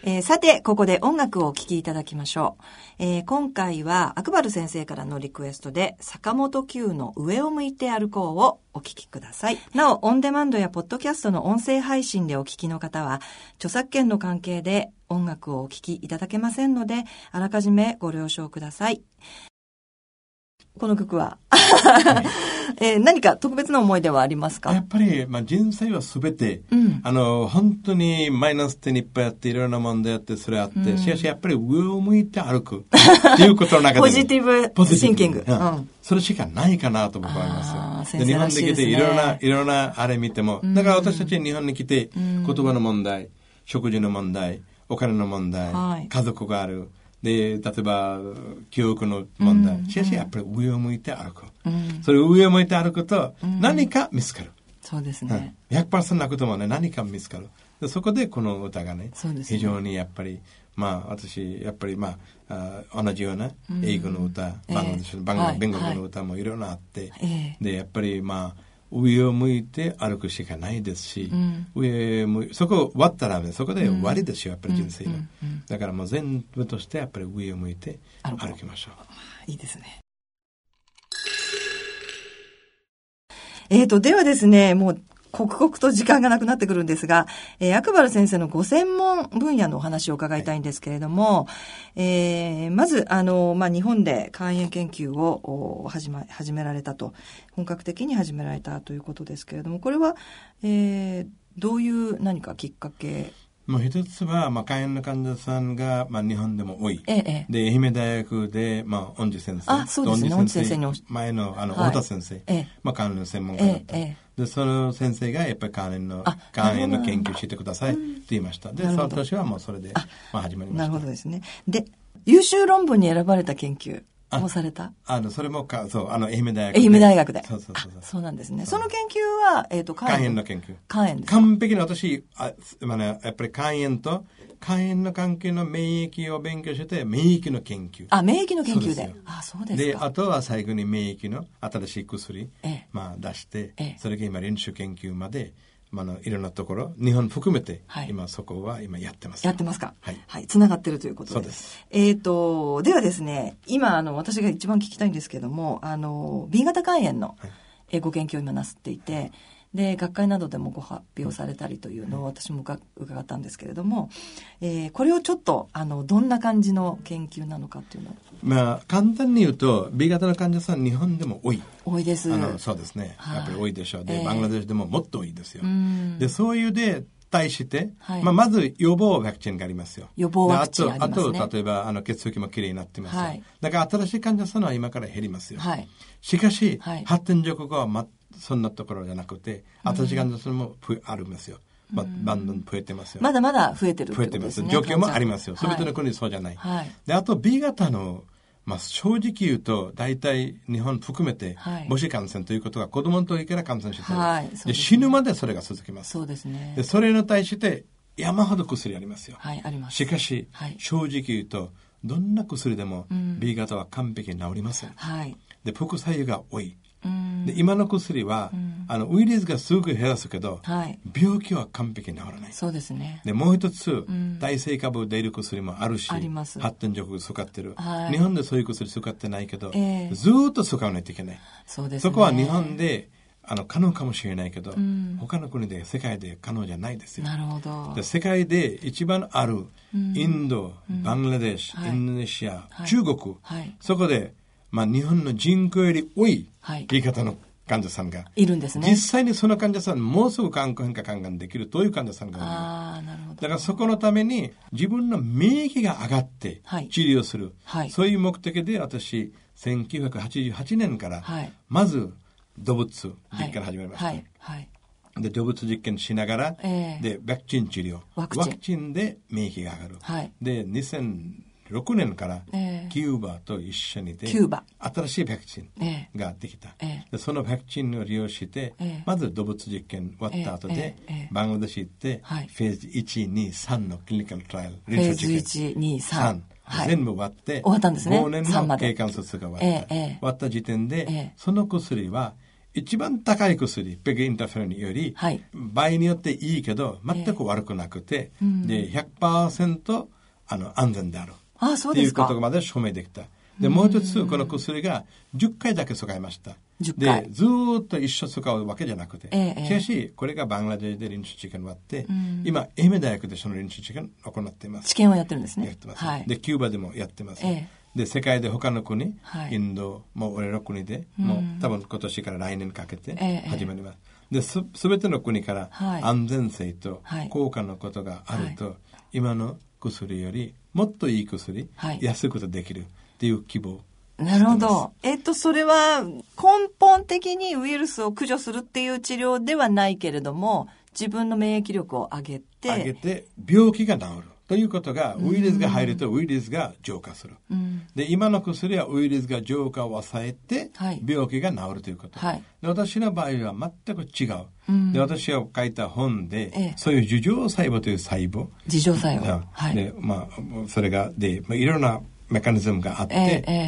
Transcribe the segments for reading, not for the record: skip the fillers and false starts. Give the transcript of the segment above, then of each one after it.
さて、ここで音楽をお聴きいただきましょう。今回はアクバル先生からのリクエストで坂本九の上を向いて歩こうをお聴きください。なお、オンデマンドやポッドキャストの音声配信でお聴きの方は、著作権の関係で音楽をお聴きいただけませんので、あらかじめご了承ください。この曲は、はい何か特別な思い出はありますか？ やっぱり、人生はすべて、本当にマイナス点いっぱいあって、いろんな問題あって、それあって、しかしやっぱり上を向いて歩くっていうことの中で。 ポジティブシンキング。 それしかないかなと僕は思いますよ。で日本で来ていろんなあれ見ても、だから私たち日本に来て、言葉の問題、食事の問題、お金の問題、家族がある。で、例えば、教育の問題。しかし、やっぱり上を向いて歩く。それを上を向いて歩くと、何か見つかる。 そうですね。 100% なこともね、何か見つかる。でそこでこの歌がね、非常にやっぱり、私、やっぱり同じような英語の歌、弁護の歌もいろいろあって、で、やっぱり上を向いて歩くしかないですし、そこを終わったらそこで終わりですよ、やっぱり人生の。だからもう全部としてやっぱり上を向いて歩きましょう。 いいですね。ではですね、もう刻々と時間がなくなってくるんですが、アクバル先生のご専門分野のお話を伺いたいんですけれども、まず、日本で肝炎研究を始められたと、本格的に始められたということですけれども、これは、どういう何かきっかけ？ 一つは、肝炎の患者さんが、日本でも多い。で、愛媛大学で、恩師先生。 そうですね、恩師先生に。 前の、太田先生。肝炎の専門家だった。で、その先生が、やっぱり肝炎の研究してくださいって言いました。で、その年はもうそれで、始まりました。 なるほどですね。で、優秀論文に選ばれた研究。もされた？ それも愛媛大学で。愛媛大学で。 そうなんですね。その研究は、 肝炎の研究。 肝炎です。 完璧に私、やっぱり肝炎と、肝炎の関係の免疫を勉強して、免疫の研究。 免疫の研究で。そうですか。 で、あとは最後に免疫の新しい薬、出して、それが今、臨床研究まで、いろんなところ、日本含めて、今そこは今やってます。 やってますか？はい。つながってるということで。 そうです。 ではですね、今、私が一番聞きたいんですけども、B 型肝炎のご研究を今なさっていて、で、学会などでもご発表されたりというのを私も伺ったんですけれども、これをちょっと、どんな感じの研究なのかっていうのを。 簡単に言うと、B 型の患者さん、日本でも多い。 多いです。 そうですね。やっぱり多いでしょう。で、バングラデシュでももっと多いですよ。で、そういうで、対して、まず予防ワクチンがありますよ。 予防ワクチンありますね。 あと、例えば、血液もきれいになってますよ。だから新しい患者さんは今から減りますよ。しかし、発展直後はそんなところじゃなくて、新しい患者さんもありますよ。どんどん増えてますよ。 まだまだ増えてるってことですね。 増えてます。状況もありますよ。すべての国そうじゃない。で、あと B 型の、正直言うと、大体日本含めて、母子感染ということが子供の時から感染してる。で、死ぬまでそれが続きます。 そうですね。 で、それに対して山ほど薬ありますよ。 あります。 しかし、正直言うと、どんな薬でも B 型は完璧に治りません。で、副作用が多い。で、今の薬は、ウイルスがすぐ減らすけど、病気は完璧に治らない。 そうですね。 で、もう一つ、耐性株出る薬もあるし、発展直後使ってる。日本でそういう薬使ってないけど、ずーっと使わないといけない。 そうですね。 そこは日本で、可能かもしれないけど、他の国で世界で可能じゃないですよ。 なるほど。 で、世界で一番ある、インド、バングラデシュ、インドネシア、中国、そこで、日本の人口より多い B 型の患者さんがいるんですね。 実際にその患者さんもうすぐ肝硬変化肝がんできるという患者さんがいる。なるほど。 だからそこのために自分の免疫が上がって治療する、そういう目的で私1988年からまず動物実験を始めました。で、動物実験しながら、でワクチン治療、ワクチンで免疫が上がる。で、2006年からキューバと一緒にで新しいワクチンができた。でそのワクチンを利用して、まず動物実験終わった後で、バングラデシュ行って、フェーズ1、2、3のクリニカルトライアル、臨床実験。 フェーズ1、2、3。 全部終わって、 終わったんですね。 5年の経過措置が終わった。終わった時点で、その薬は一番高い薬、ペグインターフェロンより、場合によっていいけど、全く悪くなくて、で、100% 安全である。っていうことまで証明できた。で、もう一つ、この薬が10回だけ使いました。で、ずっと一生使うわけじゃなくて。しかし、これがバングラデシュで臨床治験があって、今、愛媛大学でその臨床治験を行っています。 治験をやってるんですね。 やってます。で、キューバでもやってます。で、世界で他の国、インド、もう俺の国で、もう多分今年から来年かけて始まります。で、すべての国から安全性と効果のことがあると、今の薬よりもっといい薬、安いことできるっていう希望。 なるほど。それは根本的にウイルスを駆除するっていう治療ではないけれども、自分の免疫力を上げて病気が治る。ということが、ウイルスが入るとウイルスが浄化する。で、今の薬はウイルスが浄化を抑えて、病気が治るということ。で、私の場合は全く違う。で、私が書いた本で、そういう樹状細胞という細胞。 樹状細胞。 で、それが、で、いろんなメカニズムがあって、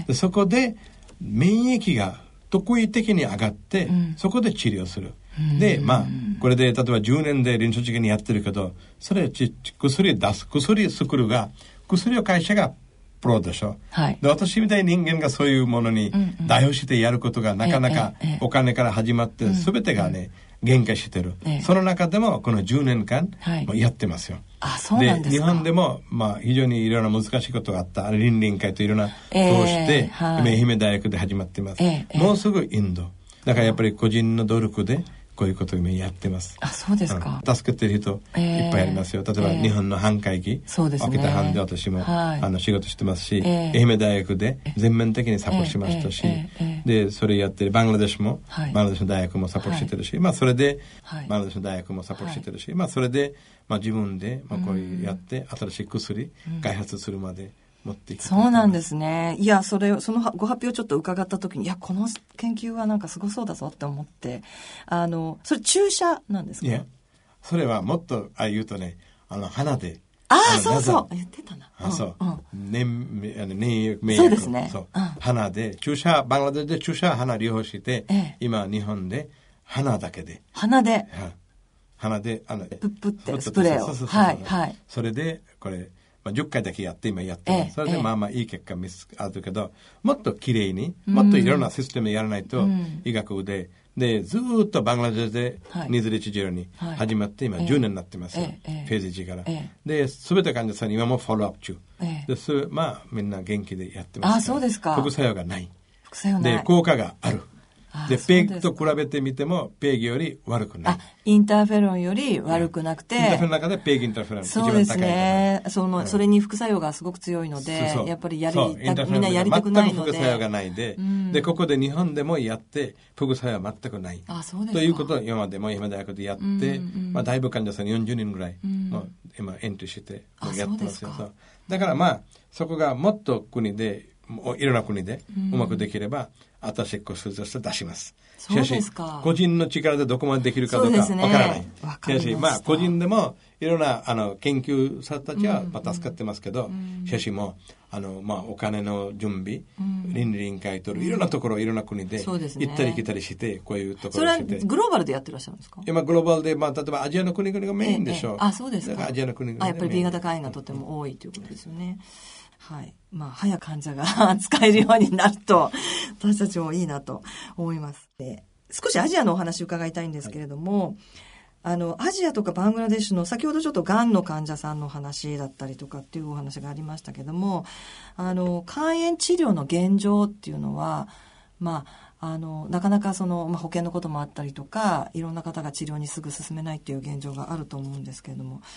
でそこで免疫が特異的に上がって、そこで治療する。で、これで、例えば10年で臨床治験にやってるけど、それ、薬出す、薬作るが、薬の会社がプロでしょ。で、私みたいな人間がそういうものに代表してやることがなかなかお金から始まって、すべてがね、限界してる。その中でも、この10年間、やってますよ。 そうなんですか。 で、日本でも、非常にいろんな難しいことがあった。倫理委員会といろんな、通して、愛媛大学で始まってます。もうすぐインド。だからやっぱり個人の努力で、こういうことを今やってます。 そうですか。 助けてる人いっぱいありますよ。例えば日本の半会議、秋田藩で私も、仕事してますし、愛媛大学で全面的にサポートしましたし、で、それやってるバングラデシュも、バングラデシュの大学もサポートしてるし、それで、バングラデシュの大学もサポートしてるし、それで、自分で、こういうやって、新しい薬、開発するまで、 そうなんですね。いや、そのご発表をちょっと伺ったときに、いや、この研究はなんかすごそうだぞって思って、それ注射なんですか？いや、 それはもっと、言うとね、鼻で。 そうそう。言ってたな。 そう。免疫。 そうですね。 そう。鼻で、バングラデシュで注射、鼻両方して、今、日本で、鼻だけで。 鼻で。 鼻で、 プップってスプレーを。はい。 それで、これ、10回だけ今やってます。それでいい結果あるけど、もっときれいに、もっといろんなシステムやらないと、医学で、ずーっとバングラデシュでニズリ治療に始まって今10年になってますよ。フェーズ1から。で、すべて患者さんに今もフォローアップ中。で、みんな元気でやってます。 そうですか。 副作用がない。 副作用ない。 で、効果がある。で、ペーギと比べてみても、ペーギより悪くない。 インターフェロンより悪くなくて。 インターフェロンの中でペーギインターフェロンそうですね。それに副作用がすごく強いので、やっぱりみんなやりたくないので。 全く副作用がないで、で、ここで日本でもやって、副作用は全くない。 そうですか。 ということを今までも愛媛大学でやって、だいぶ患者さん40人ぐらい、今エントリーしてやってますよ。だからそこがもっと国で、いろんな国でうまくできれば、新しい薬として出します。しかし、個人の力でどこまでできるかどうかわからない。しかし、個人でもいろんな研究者たちは助かってますけど、しかしもお金の準備、倫理委員会といろんなところ、いろんな国で行ったり来たりして、こういうところをして。 それはグローバルでやってらっしゃるんですか？ 今グローバルで、例えばアジアの国々がメインでしょう。 そうですか。 アジアの国々がやっぱり B 型肝炎がとても多いということですよね。はい。早く患者が使えるようになると、私たちもいいなと思います。少しアジアのお話伺いたいんですけれども、アジアとかバングラデシュの、先ほどちょっとがんの患者さんの話だったりとかっていうお話がありましたけども、肝炎治療の現状っていうのは、なかなか保険のこともあったりとか、いろんな方が治療にすぐ進めないっていう現状があると思うんですけれども、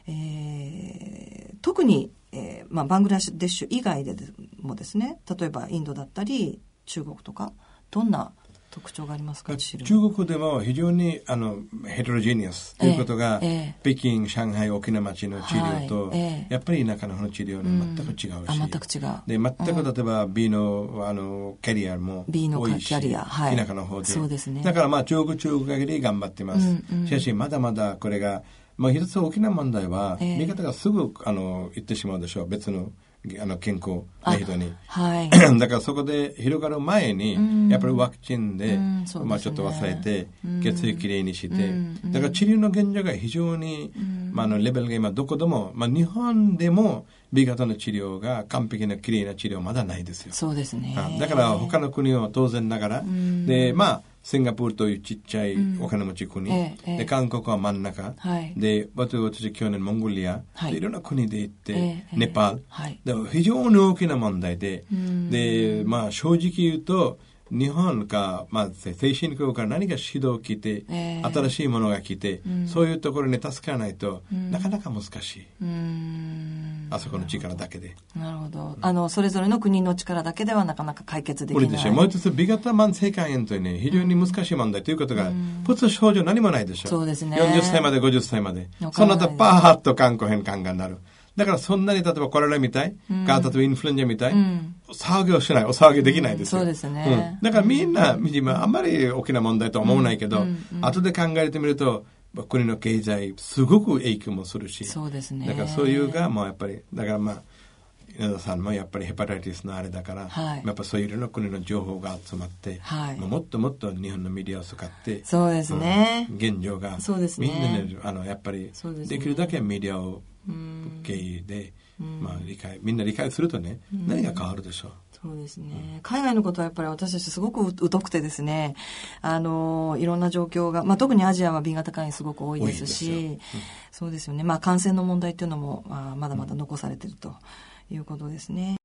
特に、バングラデシュ以外でもですね、例えばインドだったり中国とか、どんな特徴がありますか？ 中国でも非常にヘテロジェニアスということが、北京、上海、沖縄町の治療と、やっぱり田舎の方の治療に全く違うし、 全く違う。 で、全く例えば B のキャリアも多いし、田舎の方で。 そうですね。 だから中国限り頑張ってます。しかしまだまだこれが、一つ大きな問題は、見方がすぐ言ってしまうでしょう。別の健康な人に。 はい。 だからそこで広がる前に、やっぱりワクチンで、ちょっと抑えて、血液きれいにして、だから治療の現状が非常に、レベルが今どこでも、日本でも B 型の治療が完璧なきれいな治療まだないですよ。 そうですね。 だから他の国は当然ながら、で、シンガポールというちっちゃいお金持ち国、で韓国は真ん中、で私去年モンゴリア、でいろんな国で行って、ネパール、で非常に大きな問題で、で正直言うと日本か、精神科から何か指導来て、新しいものが来て、そういうところに助からないと、なかなか難しい。あそこの力だけで。 なるほど。それぞれの国の力だけではなかなか解決できない。 無理でしょ。もう一つ、B 型慢性肝炎というね、非常に難しい問題ということが、普通症状何もないでしょ。 そうですね。 40歳まで50歳まで。その後、パーッと肝硬変肝がんになる。だからそんなに例えばコレラみたい、例えばインフルエンザみたい、騒ぎをしない、お騒ぎできないですよ。 そうですね。 だからみんな、あんまり大きな問題とは思わないけど、後で考えてみると、国の経済、すごく影響もするし。 そうですね。 だからそういうが、もうやっぱり、だから稲田さんもやっぱりヘパタイティスのあれだから、やっぱそういういろんな国の情報が集まって、もっともっと日本のメディアを使って、 そうですね。 現状が、みんなね、やっぱり、できるだけメディアを経由で、みんな理解するとね、何が変わるでしょう。 そうですね。海外のことはやっぱり私たちすごく疎くてですね、いろんな状況が、特にアジアは B 型肝炎すごく多いですし、そうですよね。感染の問題っていうのも、まだまだ残されているということですね。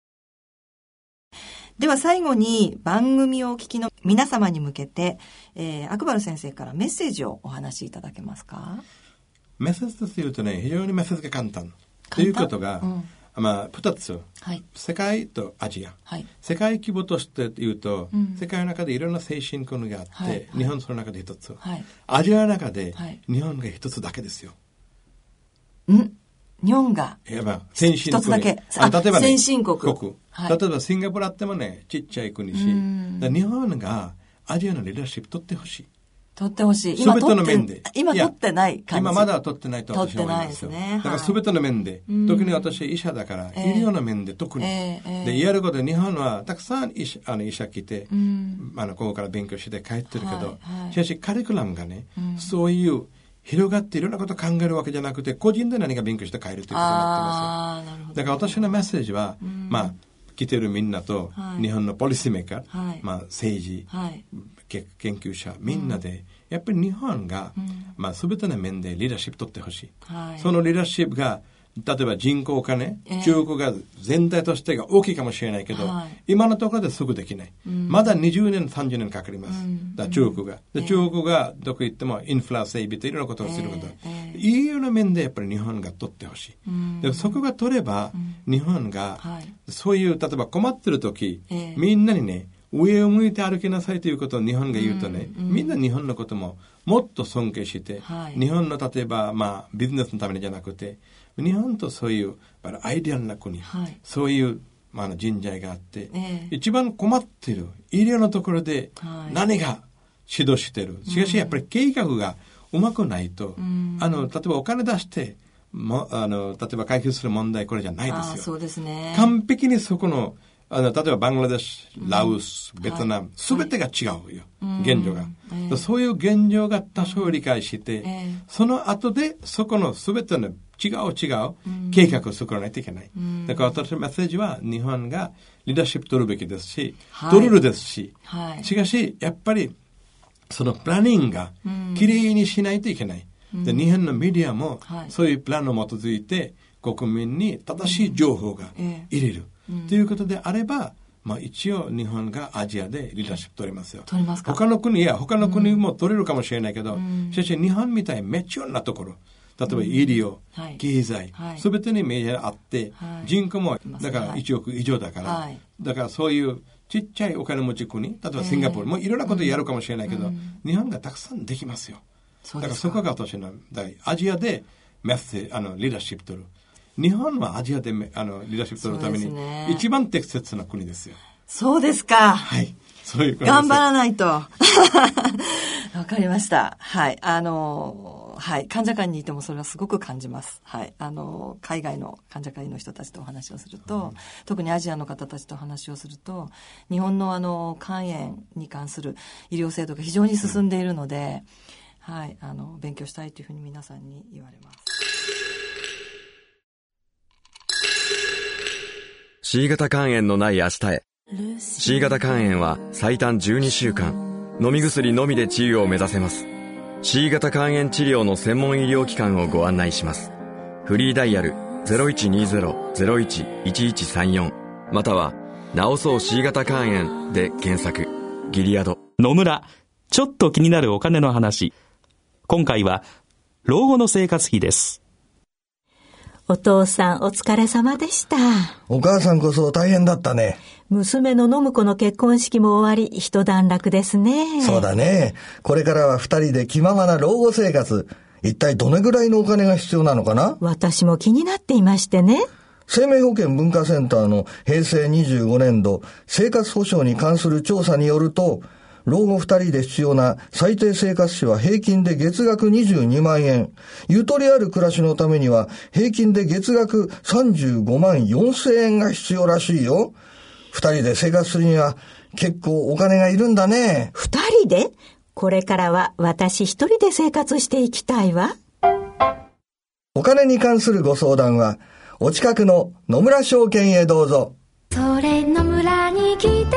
では最後に番組をお聞きの皆様に向けて、アクバル先生からメッセージをお話しいただけますか？ メッセージとするとね、非常にメッセージが簡単。ということが、2つ、世界とアジア、世界規模として言うと、世界の中でいろんな先進国があって、日本その中で一つ、アジアの中で日本が一つだけですよ。 日本が先進国一つだけ。例えばね、 先進国。 例えばシンガポールあってもね、ちっちゃい国し、日本がアジアのリーダーシップ取ってほしい。 取ってほしい。 すべての面で。 今取ってない感じ。 今まだ取ってないと私は思いますよ。 取ってないですね。 だからすべての面で、特に私は医者だから、医療の面で特に。で、やることで日本はたくさん医者来て、ここから勉強して帰ってるけど、しかしカリキュラムがね、そういう広がっていろんなことを考えるわけじゃなくて、個人で何か勉強して帰るということになってますよ。だから私のメッセージは、来てるみんなと、日本のポリシーメーカー、政治、研究者みんなで、やっぱり日本が、全ての面でリーダーシップ取ってほしい。そのリーダーシップが、例えば人口がね、中国が全体としてが大きいかもしれないけど、今のところですぐできない。まだ20年、30年かかります。だ中国が。で中国がどこ行ってもインフラ整備といろんなことをすること。いいような面でやっぱり日本が取ってほしい。でそこが取れば、日本が、そういう、例えば困ってる時、みんなにね、上を向いて歩きなさいということを日本が言うとね、みんな日本のことももっと尊敬して、日本の例えば、ビジネスのためにじゃなくて、日本とそういうアイデアな国、そういう人材があって、一番困っている医療のところで何が指導している。しかしやっぱり計画がうまくないと、例えばお金出して、例えば解決する問題これじゃないですよ。 そうですね。 完璧にそこの例えばバングラデシュ、ラオス、ベトナム、すべてが違うよ、現状が。そういう現状が多少理解して、その後でそこのすべての違う計画を作らないといけない。だから私のメッセージは日本がリーダーシップ取るべきですし、取るですし、しかしやっぱりそのプランニングがきれいにしないといけない。で日本のメディアもそういうプランに基づいて国民に正しい情報が入れる。ということであれば、一応日本がアジアでリーダーシップ取れますよ。 取れますか？ 他の国も取れるかもしれないけど、しかし日本みたいにメチュアなところ、例えば医療、経済、すべてにメディアあって、人口もだから1億以上だから、だからそういうちっちゃいお金持ち国、例えばシンガポールもいろんなことやるかもしれないけど、日本がたくさんできますよ。だからそこが私のアジアでリーダーシップ取る。日本はアジアでリーダーシップ取るために一番適切な国ですよ。 そうですか。 はい。 そういう頑張らないと。わかりました。はい。はい。患者会にいてもそれはすごく感じます。はい。海外の患者会の人たちとお話をすると、特にアジアの方たちとお話をすると、日本の肝炎に関する医療制度が非常に進んでいるので、はい。勉強したいというふうに皆さんに言われます。 C 型肝炎のない明日へ。C 型肝炎は最短12週間、飲み薬のみで治癒を目指せます。C 型肝炎治療の専門医療機関をご案内します。フリーダイヤル 0120-01-1134 または治そう C 型肝炎で検索。ギリアド。 野村、ちょっと気になるお金の話。今回は老後の生活費です。 お父さんお疲れ様でした。 お母さんこそ大変だったね。 娘の信子の結婚式も終わり一段落ですね。 そうだね。これからは二人で気ままな老後生活。一体どれぐらいのお金が必要なのかな？ 私も気になっていましてね。 生命保険文化センターの平成25年度生活保障に関する調査によると、老後二人で必要な最低生活費は平均で月額22万円。ゆとりある暮らしのためには平均で月額35万4千円が必要らしいよ。二人で生活するには結構お金がいるんだね。 二人で？これからは私一人で生活していきたいわ。 お金に関するご相談はお近くの野村証券へどうぞ。 それ野村に来てみよう。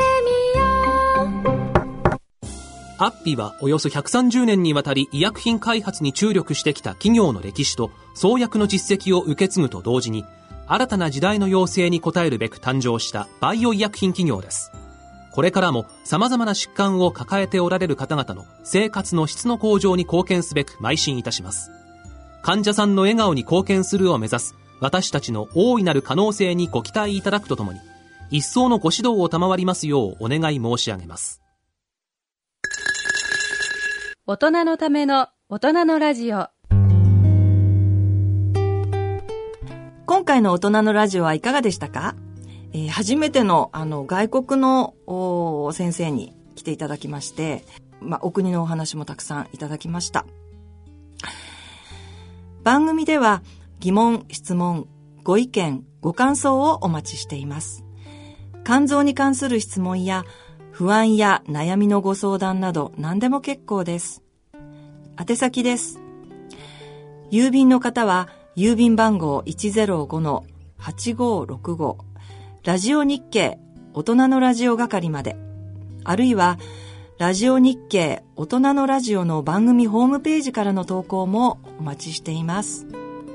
アッピはおよそ130年にわたり医薬品開発に注力してきた企業の歴史と創薬の実績を受け継ぐと同時に、新たな時代の要請に応えるべく誕生したバイオ医薬品企業です。これからも様々な疾患を抱えておられる方々の生活の質の向上に貢献すべく邁進いたします。患者さんの笑顔に貢献するを目指す私たちの大いなる可能性にご期待いただくとともに、一層のご指導を賜りますようお願い申し上げます。 大人のための大人のラジオ。 今回の大人のラジオはいかがでしたか？初めての外国の先生に来ていただきまして、お国のお話もたくさんいただきました。番組では疑問、質問、ご意見、ご感想をお待ちしています。肝臓に関する質問や不安や悩みのご相談など何でも結構です。宛先です。郵便の方は郵便番号 105-8565 ラジオ日経大人のラジオ係まで、あるいはラジオ日経大人のラジオの番組ホームページからの投稿もお待ちしています。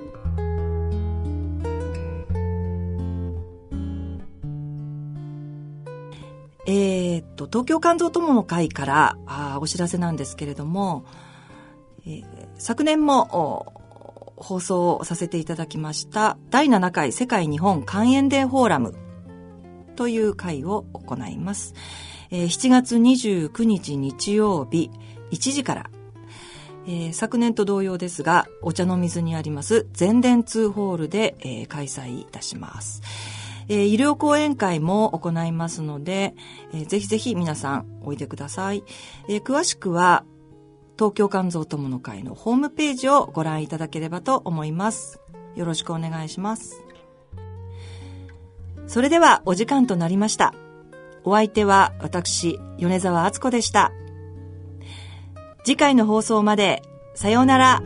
東京肝臓友の会からお知らせなんですけれども、昨年も放送させていただきました第7回世界日本肝炎デーフォーラムという会を行います。7月29日日曜日1時から、昨年と同様ですがお茶の水にあります全電通ホールで、開催いたします。医療講演会も行いますので、ぜひぜひ皆さんおいでください。詳しくは東京肝臓友の会のホームページをご覧いただければと思います。よろしくお願いします。それではお時間となりました。お相手は私、米沢敦子でした。次回の放送まで、さようなら。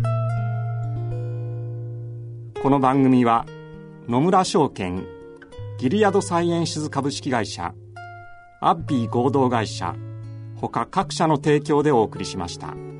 この番組は野村証券、ギリアドサイエンシズ株式会社、アッビー合同会社他各社の提供でお送りしました。